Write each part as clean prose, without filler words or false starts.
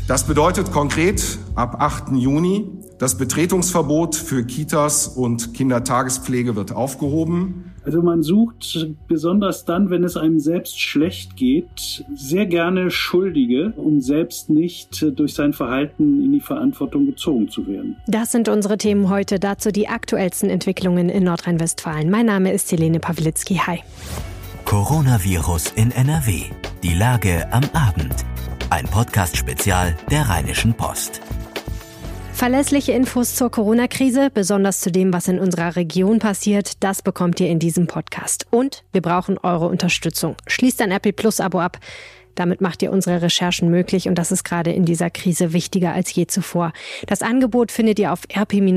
Das bedeutet konkret ab 8. Juni, das Betretungsverbot für Kitas und Kindertagespflege wird aufgehoben. Also man sucht besonders dann, wenn es einem selbst schlecht geht, sehr gerne Schuldige, um selbst nicht durch sein Verhalten in die Verantwortung gezogen zu werden. Das sind unsere Themen heute. Dazu die aktuellsten Entwicklungen in Nordrhein-Westfalen. Mein Name ist Helene Pawlitzki. Hi. Coronavirus in NRW. Die Lage am Abend. Ein Podcast-Spezial der Rheinischen Post. Verlässliche Infos zur Corona-Krise, besonders zu dem, was in unserer Region passiert, das bekommt ihr in diesem Podcast. Und wir brauchen eure Unterstützung. Schließt ein RP Plus Abo ab. Damit macht ihr unsere Recherchen möglich und das ist gerade in dieser Krise wichtiger als je zuvor. Das Angebot findet ihr auf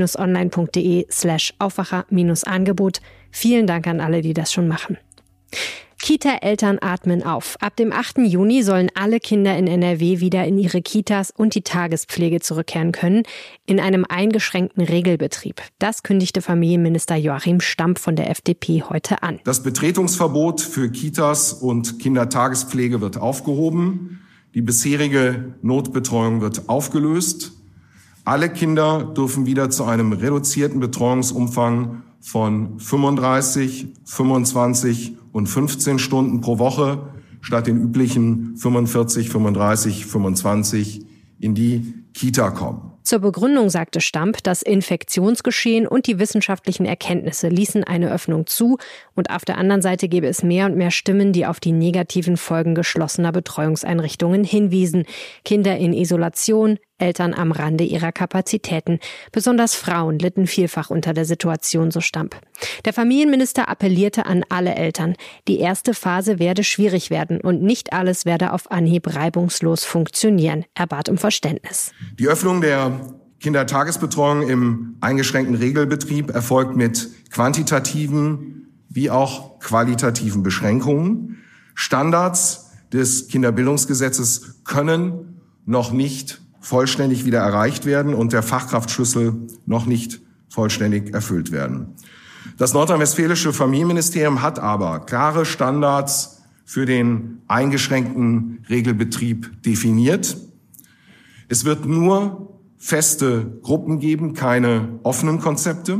rp-online.de/Aufwacher-Angebot. Vielen Dank an alle, die das schon machen. Kita-Eltern atmen auf. Ab dem 8. Juni sollen alle Kinder in NRW wieder in ihre Kitas und die Tagespflege zurückkehren können, in einem eingeschränkten Regelbetrieb. Das kündigte Familienminister Joachim Stamp von der FDP heute an. Das Betretungsverbot für Kitas und Kindertagespflege wird aufgehoben. Die bisherige Notbetreuung wird aufgelöst. Alle Kinder dürfen wieder zu einem reduzierten Betreuungsumfang von 35, 25 und 15 Stunden pro Woche statt den üblichen 45, 35, 25 in die Kita kommen. Zur Begründung sagte Stamp, das Infektionsgeschehen und die wissenschaftlichen Erkenntnisse ließen eine Öffnung zu und auf der anderen Seite gäbe es mehr und mehr Stimmen, die auf die negativen Folgen geschlossener Betreuungseinrichtungen hinwiesen. Kinder in Isolation, Eltern am Rande ihrer Kapazitäten. Besonders Frauen litten vielfach unter der Situation, so Stamp. Der Familienminister appellierte an alle Eltern. Die erste Phase werde schwierig werden und nicht alles werde auf Anhieb reibungslos funktionieren. Er bat um Verständnis. Die Öffnung der Kindertagesbetreuung im eingeschränkten Regelbetrieb erfolgt mit quantitativen wie auch qualitativen Beschränkungen. Standards des Kinderbildungsgesetzes können noch nicht vollständig wieder erreicht werden und der Fachkraftschlüssel noch nicht vollständig erfüllt werden. Das nordrhein-westfälische Familienministerium hat aber klare Standards für den eingeschränkten Regelbetrieb definiert. Es wird nur feste Gruppen geben, keine offenen Konzepte.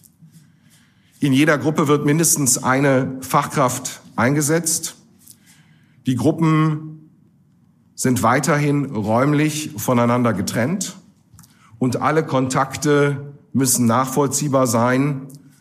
In jeder Gruppe wird mindestens eine Fachkraft eingesetzt. Die Gruppen sind weiterhin räumlich voneinander getrennt und alle Kontakte müssen nachvollziehbar sein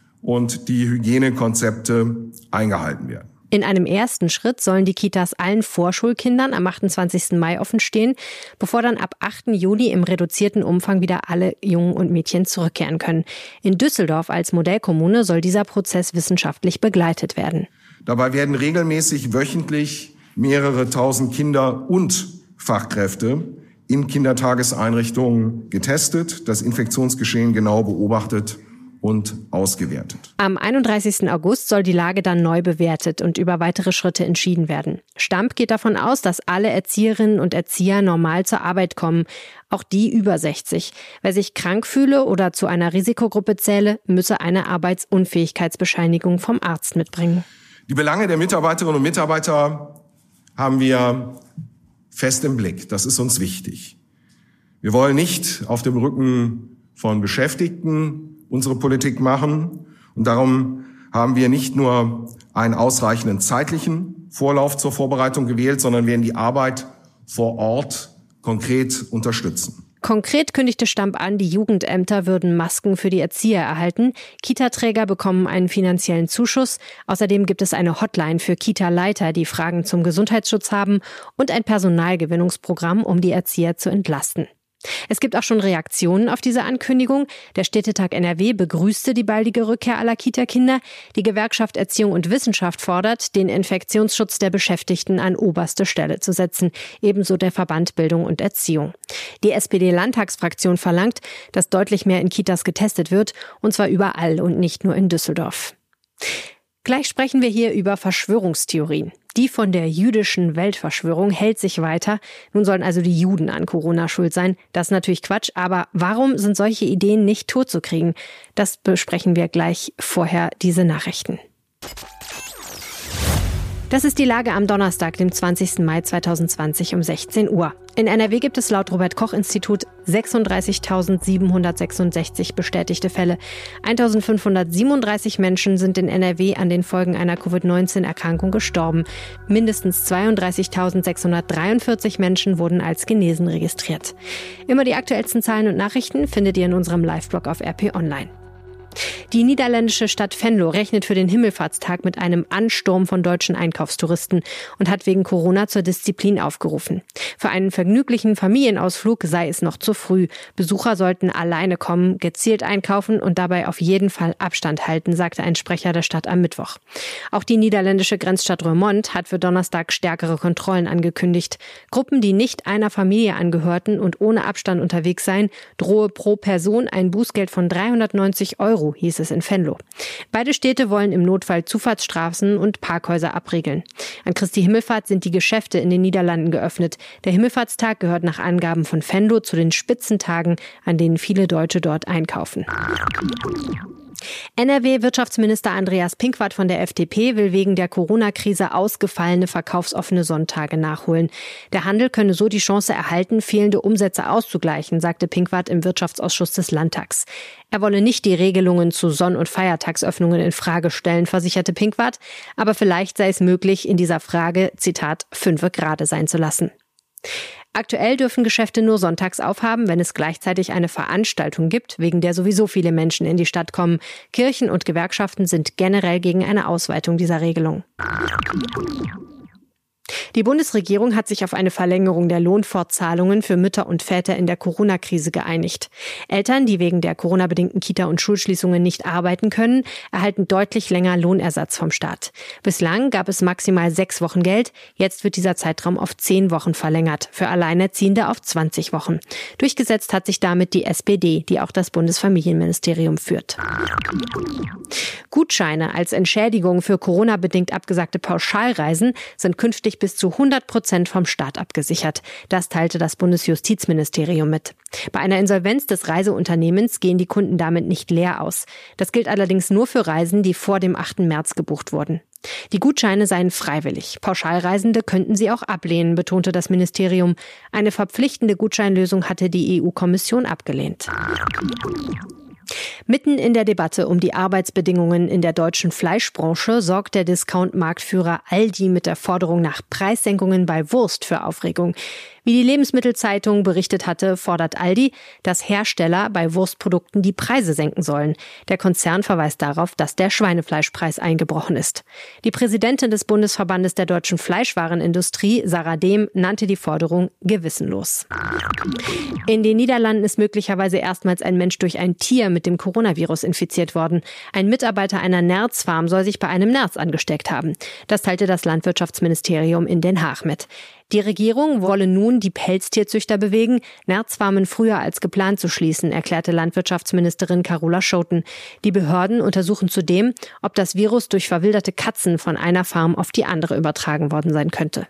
und die Hygienekonzepte eingehalten werden. In einem ersten Schritt sollen die Kitas allen Vorschulkindern am 28. Mai offen stehen, bevor dann ab 8. Juni im reduzierten Umfang wieder alle Jungen und Mädchen zurückkehren können. In Düsseldorf als Modellkommune soll dieser Prozess wissenschaftlich begleitet werden. Dabei werden regelmäßig wöchentlich mehrere tausend Kinder und Fachkräfte in Kindertageseinrichtungen getestet, das Infektionsgeschehen genau beobachtet und ausgewertet. Am 31. August soll die Lage dann neu bewertet und über weitere Schritte entschieden werden. Stamp geht davon aus, dass alle Erzieherinnen und Erzieher normal zur Arbeit kommen, auch die über 60. Wer sich krank fühle oder zu einer Risikogruppe zähle, müsse eine Arbeitsunfähigkeitsbescheinigung vom Arzt mitbringen. Die Belange der Mitarbeiterinnen und Mitarbeiter haben wir fest im Blick. Das ist uns wichtig. Wir wollen nicht auf dem Rücken von Beschäftigten unsere Politik machen. Und darum haben wir nicht nur einen ausreichenden zeitlichen Vorlauf zur Vorbereitung gewählt, sondern werden die Arbeit vor Ort konkret unterstützen. Konkret kündigte Stamp an, die Jugendämter würden Masken für die Erzieher erhalten. Kita-Träger bekommen einen finanziellen Zuschuss. Außerdem gibt es eine Hotline für Kita-Leiter, die Fragen zum Gesundheitsschutz haben und ein Personalgewinnungsprogramm, um die Erzieher zu entlasten. Es gibt auch schon Reaktionen auf diese Ankündigung. Der Städtetag NRW begrüßte die baldige Rückkehr aller Kita-Kinder. Die Gewerkschaft Erziehung und Wissenschaft fordert, den Infektionsschutz der Beschäftigten an oberste Stelle zu setzen. Ebenso der Verband Bildung und Erziehung. Die SPD-Landtagsfraktion verlangt, dass deutlich mehr in Kitas getestet wird, und zwar überall und nicht nur in Düsseldorf. Gleich sprechen wir hier über Verschwörungstheorien. Die von der jüdischen Weltverschwörung hält sich weiter. Nun sollen also die Juden an Corona schuld sein. Das ist natürlich Quatsch, aber warum sind solche Ideen nicht totzukriegen? Das besprechen wir gleich, vorher diese Nachrichten. Das ist die Lage am Donnerstag, dem 20. Mai 2020 um 16 Uhr. In NRW gibt es laut Robert-Koch-Institut 36.766 bestätigte Fälle. 1.537 Menschen sind in NRW an den Folgen einer Covid-19-Erkrankung gestorben. Mindestens 32.643 Menschen wurden als genesen registriert. Immer die aktuellsten Zahlen und Nachrichten findet ihr in unserem Live-Blog auf RP Online. Die niederländische Stadt Venlo rechnet für den Himmelfahrtstag mit einem Ansturm von deutschen Einkaufstouristen und hat wegen Corona zur Disziplin aufgerufen. Für einen vergnüglichen Familienausflug sei es noch zu früh. Besucher sollten alleine kommen, gezielt einkaufen und dabei auf jeden Fall Abstand halten, sagte ein Sprecher der Stadt am Mittwoch. Auch die niederländische Grenzstadt Roermond hat für Donnerstag stärkere Kontrollen angekündigt. Gruppen, die nicht einer Familie angehörten und ohne Abstand unterwegs seien, drohe pro Person ein Bußgeld von 390 €, hieß es in Venlo. Beide Städte wollen im Notfall Zufahrtsstraßen und Parkhäuser abriegeln. An Christi Himmelfahrt sind die Geschäfte in den Niederlanden geöffnet. Der Himmelfahrtstag gehört nach Angaben von Venlo zu den Spitzentagen, an denen viele Deutsche dort einkaufen. NRW-Wirtschaftsminister Andreas Pinkwart von der FDP will wegen der Corona-Krise ausgefallene verkaufsoffene Sonntage nachholen. Der Handel könne so die Chance erhalten, fehlende Umsätze auszugleichen, sagte Pinkwart im Wirtschaftsausschuss des Landtags. Er wolle nicht die Regelungen zu Sonn- und Feiertagsöffnungen in Frage stellen, versicherte Pinkwart, aber vielleicht sei es möglich, in dieser Frage, Zitat, 5 Grade sein zu lassen. Aktuell dürfen Geschäfte nur sonntags aufhaben, wenn es gleichzeitig eine Veranstaltung gibt, wegen der sowieso viele Menschen in die Stadt kommen. Kirchen und Gewerkschaften sind generell gegen eine Ausweitung dieser Regelung. Die Bundesregierung hat sich auf eine Verlängerung der Lohnfortzahlungen für Mütter und Väter in der Corona-Krise geeinigt. Eltern, die wegen der Corona-bedingten Kita- und Schulschließungen nicht arbeiten können, erhalten deutlich länger Lohnersatz vom Staat. Bislang gab es maximal 6 Wochen Geld. Jetzt wird dieser Zeitraum auf 10 Wochen verlängert, für Alleinerziehende auf 20 Wochen. Durchgesetzt hat sich damit die SPD, die auch das Bundesfamilienministerium führt. Gutscheine als Entschädigung für Corona-bedingt abgesagte Pauschalreisen sind künftig bis zu 100% vom Staat abgesichert. Das teilte das Bundesjustizministerium mit. Bei einer Insolvenz des Reiseunternehmens gehen die Kunden damit nicht leer aus. Das gilt allerdings nur für Reisen, die vor dem 8. März gebucht wurden. Die Gutscheine seien freiwillig. Pauschalreisende könnten sie auch ablehnen, betonte das Ministerium. Eine verpflichtende Gutscheinlösung hatte die EU-Kommission abgelehnt. Mitten in der Debatte um die Arbeitsbedingungen in der deutschen Fleischbranche sorgt der Discount-Marktführer Aldi mit der Forderung nach Preissenkungen bei Wurst für Aufregung. Wie die Lebensmittelzeitung berichtet hatte, fordert Aldi, dass Hersteller bei Wurstprodukten die Preise senken sollen. Der Konzern verweist darauf, dass der Schweinefleischpreis eingebrochen ist. Die Präsidentin des Bundesverbandes der deutschen Fleischwarenindustrie, Sarah Dehm, nannte die Forderung gewissenlos. In den Niederlanden ist möglicherweise erstmals ein Mensch durch ein Tier mit dem Coronavirus infiziert worden. Ein Mitarbeiter einer Nerzfarm soll sich bei einem Nerz angesteckt haben. Das teilte das Landwirtschaftsministerium in Den Haag mit. Die Regierung wolle nun die Pelztierzüchter bewegen, Nerzfarmen früher als geplant zu schließen, erklärte Landwirtschaftsministerin Carola Schouten. Die Behörden untersuchen zudem, ob das Virus durch verwilderte Katzen von einer Farm auf die andere übertragen worden sein könnte.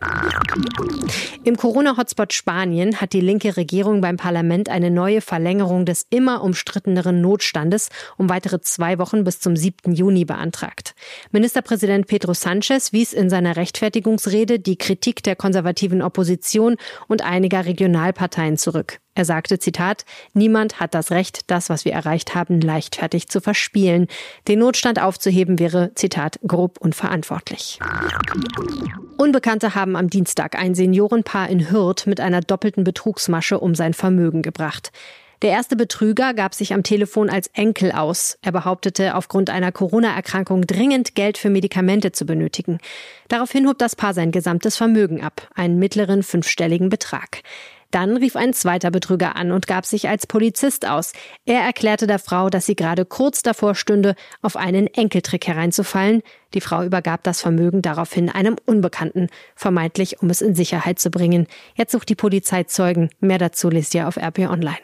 Im Corona-Hotspot Spanien hat die linke Regierung beim Parlament eine neue Verlängerung des immer umstritteneren Notstandes um weitere 2 Wochen bis zum 7. Juni beantragt. Ministerpräsident Pedro Sánchez wies in seiner Rechtfertigungsrede die Kritik der konservativen Opposition und einiger Regionalparteien zurück. Er sagte, Zitat, niemand hat das Recht, das, was wir erreicht haben, leichtfertig zu verspielen. Den Notstand aufzuheben wäre, Zitat, grob unverantwortlich. Unbekannte haben am Dienstag ein Seniorenpaar in Hürth mit einer doppelten Betrugsmasche um sein Vermögen gebracht. Der erste Betrüger gab sich am Telefon als Enkel aus. Er behauptete, aufgrund einer Corona-Erkrankung dringend Geld für Medikamente zu benötigen. Daraufhin hob das Paar sein gesamtes Vermögen ab, einen mittleren 5-stelligen Betrag. Dann rief ein zweiter Betrüger an und gab sich als Polizist aus. Er erklärte der Frau, dass sie gerade kurz davor stünde, auf einen Enkeltrick hereinzufallen. Die Frau übergab das Vermögen daraufhin einem Unbekannten, vermeintlich um es in Sicherheit zu bringen. Jetzt sucht die Polizei Zeugen. Mehr dazu lest ihr auf RP Online.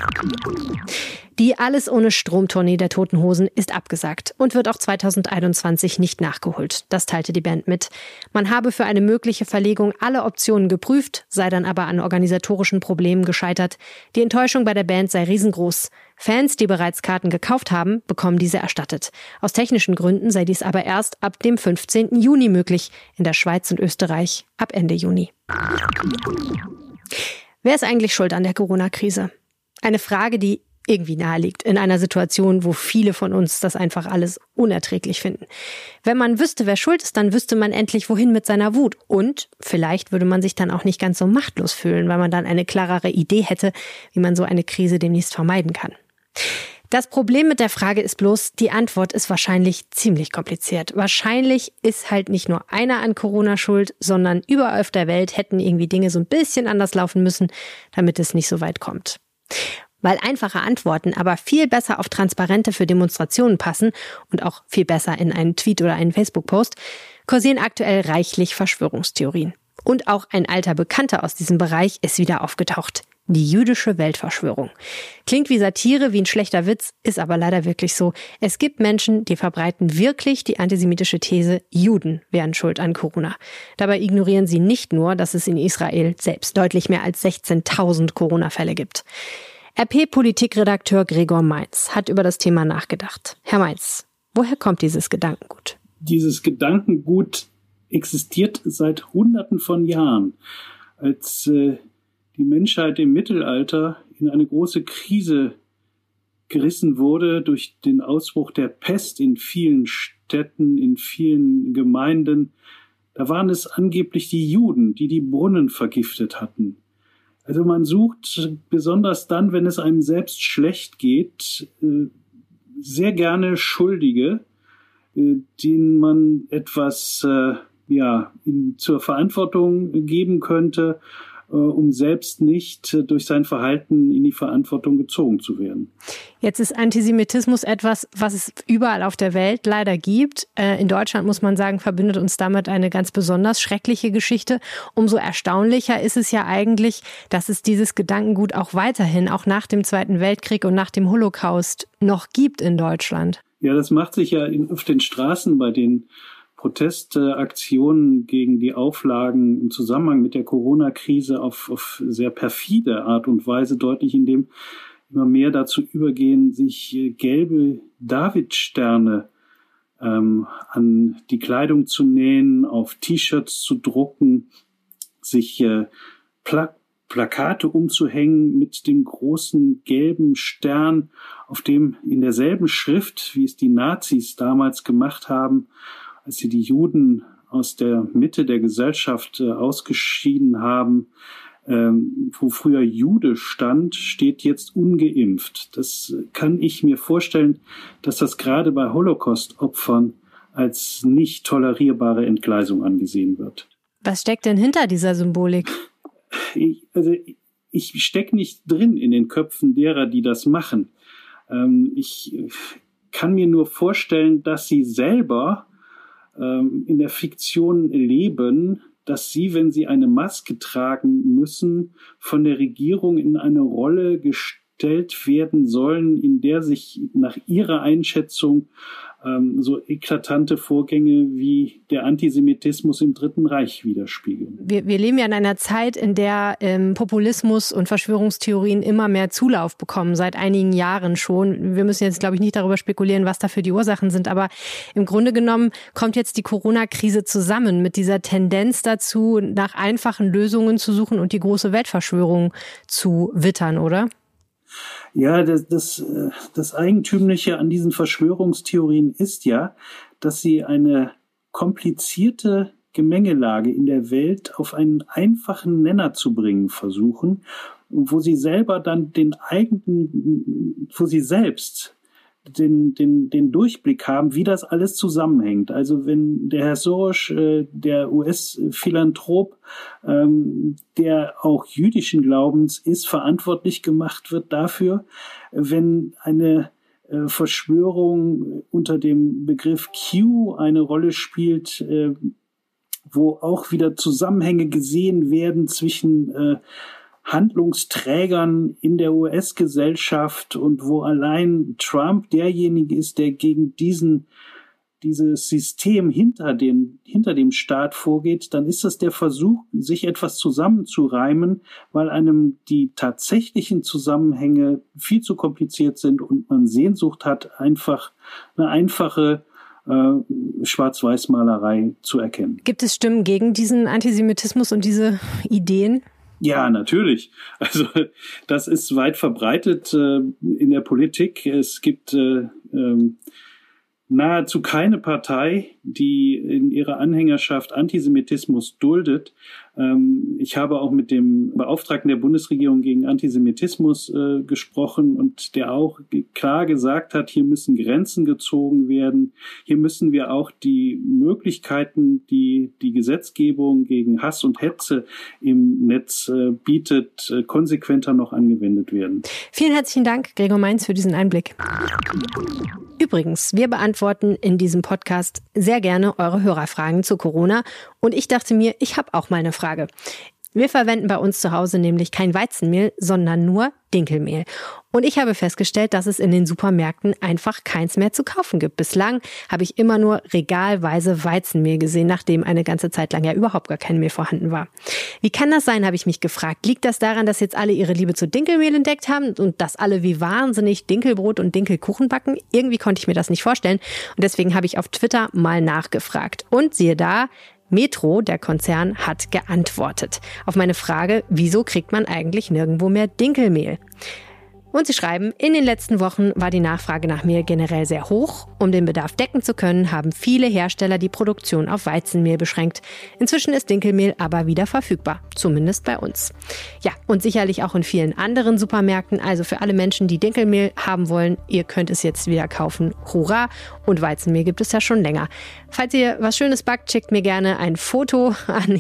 Die Alles-ohne-Strom-Tournee der Toten Hosen ist abgesagt und wird auch 2021 nicht nachgeholt. Das teilte die Band mit. Man habe für eine mögliche Verlegung alle Optionen geprüft, sei dann aber an organisatorischen Problemen gescheitert. Die Enttäuschung bei der Band sei riesengroß. Fans, die bereits Karten gekauft haben, bekommen diese erstattet. Aus technischen Gründen sei dies aber erst ab dem 15. Juni möglich, in der Schweiz und Österreich ab Ende Juni. Wer ist eigentlich schuld an der Corona-Krise? Eine Frage, die irgendwie naheliegt, in einer Situation, wo viele von uns das einfach alles unerträglich finden. Wenn man wüsste, wer schuld ist, dann wüsste man endlich, wohin mit seiner Wut. Und vielleicht würde man sich dann auch nicht ganz so machtlos fühlen, weil man dann eine klarere Idee hätte, wie man so eine Krise demnächst vermeiden kann. Das Problem mit der Frage ist bloß, die Antwort ist wahrscheinlich ziemlich kompliziert. Wahrscheinlich ist halt nicht nur einer an Corona schuld, sondern überall auf der Welt hätten irgendwie Dinge so ein bisschen anders laufen müssen, damit es nicht so weit kommt. Weil einfache Antworten aber viel besser auf Transparente für Demonstrationen passen und auch viel besser in einen Tweet oder einen Facebook-Post, kursieren aktuell reichlich Verschwörungstheorien. Und auch ein alter Bekannter aus diesem Bereich ist wieder aufgetaucht. Die jüdische Weltverschwörung. Klingt wie Satire, wie ein schlechter Witz, ist aber leider wirklich so. Es gibt Menschen, die verbreiten wirklich die antisemitische These, Juden wären schuld an Corona. Dabei ignorieren sie nicht nur, dass es in Israel selbst deutlich mehr als 16.000 Corona-Fälle gibt. RP-Politikredakteur Gregor Mainz hat über das Thema nachgedacht. Herr Mainz, woher kommt dieses Gedankengut? Dieses Gedankengut existiert seit Hunderten von Jahren. Als die Menschheit im Mittelalter in eine große Krise gerissen wurde durch den Ausbruch der Pest in vielen Städten, in vielen Gemeinden, da waren es angeblich die Juden, die die Brunnen vergiftet hatten. Also man sucht, besonders dann, wenn es einem selbst schlecht geht, sehr gerne Schuldige, denen man etwas zur Verantwortung geben könnte, um selbst nicht durch sein Verhalten in die Verantwortung gezogen zu werden. Jetzt ist Antisemitismus etwas, was es überall auf der Welt leider gibt. In Deutschland, muss man sagen, verbindet uns damit eine ganz besonders schreckliche Geschichte. Umso erstaunlicher ist es ja eigentlich, dass es dieses Gedankengut auch weiterhin, auch nach dem Zweiten Weltkrieg und nach dem Holocaust, noch gibt in Deutschland. Ja, das macht sich ja auf den Straßen bei den Protestaktionen gegen die Auflagen im Zusammenhang mit der Corona-Krise auf sehr perfide Art und Weise deutlich, indem immer mehr dazu übergehen, sich gelbe Davidsterne an die Kleidung zu nähen, auf T-Shirts zu drucken, sich Plakate umzuhängen mit dem großen gelben Stern, auf dem in derselben Schrift, wie es die Nazis damals gemacht haben, als sie die Juden aus der Mitte der Gesellschaft ausgeschieden haben, wo früher Jude stand, steht jetzt ungeimpft. Das kann ich mir vorstellen, dass das gerade bei Holocaust-Opfern als nicht tolerierbare Entgleisung angesehen wird. Was steckt denn hinter dieser Symbolik? Ich stecke nicht drin in den Köpfen derer, die das machen. Ich kann mir nur vorstellen, dass sie selber in der Fiktion leben, dass sie, wenn sie eine Maske tragen müssen, von der Regierung in eine Rolle gestellt werden sollen, in der sich nach ihrer Einschätzung so eklatante Vorgänge wie der Antisemitismus im Dritten Reich widerspiegeln. Wir leben ja in einer Zeit, in der Populismus und Verschwörungstheorien immer mehr Zulauf bekommen, seit einigen Jahren schon. Wir müssen jetzt, glaube ich, nicht darüber spekulieren, was dafür die Ursachen sind, aber im Grunde genommen kommt jetzt die Corona-Krise zusammen mit dieser Tendenz dazu, nach einfachen Lösungen zu suchen und die große Weltverschwörung zu wittern, oder? Ja, das Eigentümliche an diesen Verschwörungstheorien ist ja, dass sie eine komplizierte Gemengelage in der Welt auf einen einfachen Nenner zu bringen versuchen, wo sie selber dann den Durchblick haben, wie das alles zusammenhängt. Also wenn der Herr Soros, der US-Philanthrop, der auch jüdischen Glaubens ist, verantwortlich gemacht wird dafür, wenn eine Verschwörung unter dem Begriff Q eine Rolle spielt, wo auch wieder Zusammenhänge gesehen werden zwischen Handlungsträgern in der US-Gesellschaft und wo allein Trump derjenige ist, der gegen diesen dieses System hinter dem Staat vorgeht, dann ist das der Versuch, sich etwas zusammenzureimen, weil einem die tatsächlichen Zusammenhänge viel zu kompliziert sind und man Sehnsucht hat, einfach eine einfache Schwarz-Weiß-Malerei zu erkennen. Gibt es Stimmen gegen diesen Antisemitismus und diese Ideen? Ja, natürlich. Also das ist weit verbreitet in der Politik. Es gibt nahezu keine Partei, die in ihrer Anhängerschaft Antisemitismus duldet. Ich habe auch mit dem Beauftragten der Bundesregierung gegen Antisemitismus gesprochen und der auch klar gesagt hat, hier müssen Grenzen gezogen werden. Hier müssen wir auch die Möglichkeiten, die die Gesetzgebung gegen Hass und Hetze im Netz bietet, konsequenter noch angewendet werden. Vielen herzlichen Dank, Gregor Mainz, für diesen Einblick. Übrigens, wir beantworten in diesem Podcast sehr gerne eure Hörerfragen zu Corona. Und ich dachte mir, ich habe auch mal eine Frage. Wir verwenden bei uns zu Hause nämlich kein Weizenmehl, sondern nur Dinkelmehl. Und ich habe festgestellt, dass es in den Supermärkten einfach keins mehr zu kaufen gibt. Bislang habe ich immer nur regalweise Weizenmehl gesehen, nachdem eine ganze Zeit lang ja überhaupt gar kein Mehl vorhanden war. Wie kann das sein, habe ich mich gefragt. Liegt das daran, dass jetzt alle ihre Liebe zu Dinkelmehl entdeckt haben und dass alle wie wahnsinnig Dinkelbrot und Dinkelkuchen backen? Irgendwie konnte ich mir das nicht vorstellen. Und deswegen habe ich auf Twitter mal nachgefragt. Und siehe da, Metro, der Konzern, hat geantwortet auf meine Frage, wieso kriegt man eigentlich nirgendwo mehr Dinkelmehl? Und sie schreiben, in den letzten Wochen war die Nachfrage nach Mehl generell sehr hoch. Um den Bedarf decken zu können, haben viele Hersteller die Produktion auf Weizenmehl beschränkt. Inzwischen ist Dinkelmehl aber wieder verfügbar, zumindest bei uns. Ja, und sicherlich auch in vielen anderen Supermärkten. Also für alle Menschen, die Dinkelmehl haben wollen, ihr könnt es jetzt wieder kaufen. Hurra! Und Weizenmehl gibt es ja schon länger. Falls ihr was Schönes backt, schickt mir gerne ein Foto an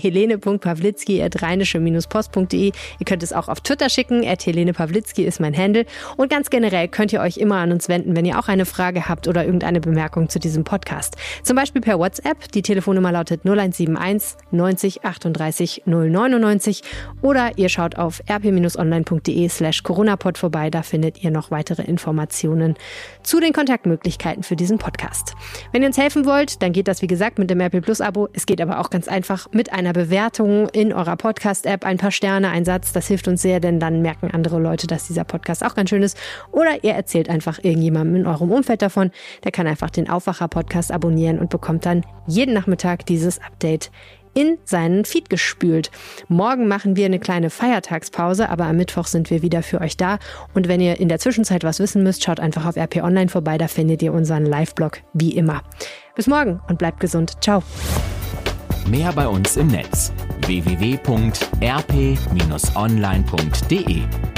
helene.pawlitzki@rheinische-post.de. Ihr könnt es auch auf Twitter schicken, @helene-pawlitzki ist mein Handle. Und ganz generell könnt ihr euch immer an uns wenden, wenn ihr auch eine Frage habt oder irgendeine Bemerkung zu diesem Podcast. Zum Beispiel per WhatsApp. Die Telefonnummer lautet 0171 90 38 099 oder ihr schaut auf rp-online.de/coronapod vorbei. Da findet ihr noch weitere Informationen zu den Kontaktmöglichkeiten für diesen Podcast. Wenn ihr uns helfen wollt, dann geht das wie gesagt mit dem RP Plus Abo. Es geht aber auch ganz einfach mit einer Bewertung in eurer Podcast-App. Ein paar Sterne, ein Satz, das hilft uns sehr, denn dann merken andere Leute, dass dieser Podcast auch ganz schön ist. Oder ihr erzählt einfach irgendjemandem in eurem Umfeld davon. Der kann einfach den Aufwacher-Podcast abonnieren und bekommt dann jeden Nachmittag dieses Update in seinen Feed gespült. Morgen machen wir eine kleine Feiertagspause, aber am Mittwoch sind wir wieder für euch da. Und wenn ihr in der Zwischenzeit was wissen müsst, schaut einfach auf RP Online vorbei, da findet ihr unseren Live-Blog wie immer. Bis morgen und bleibt gesund. Ciao. Mehr bei uns im Netz: www.rp-online.de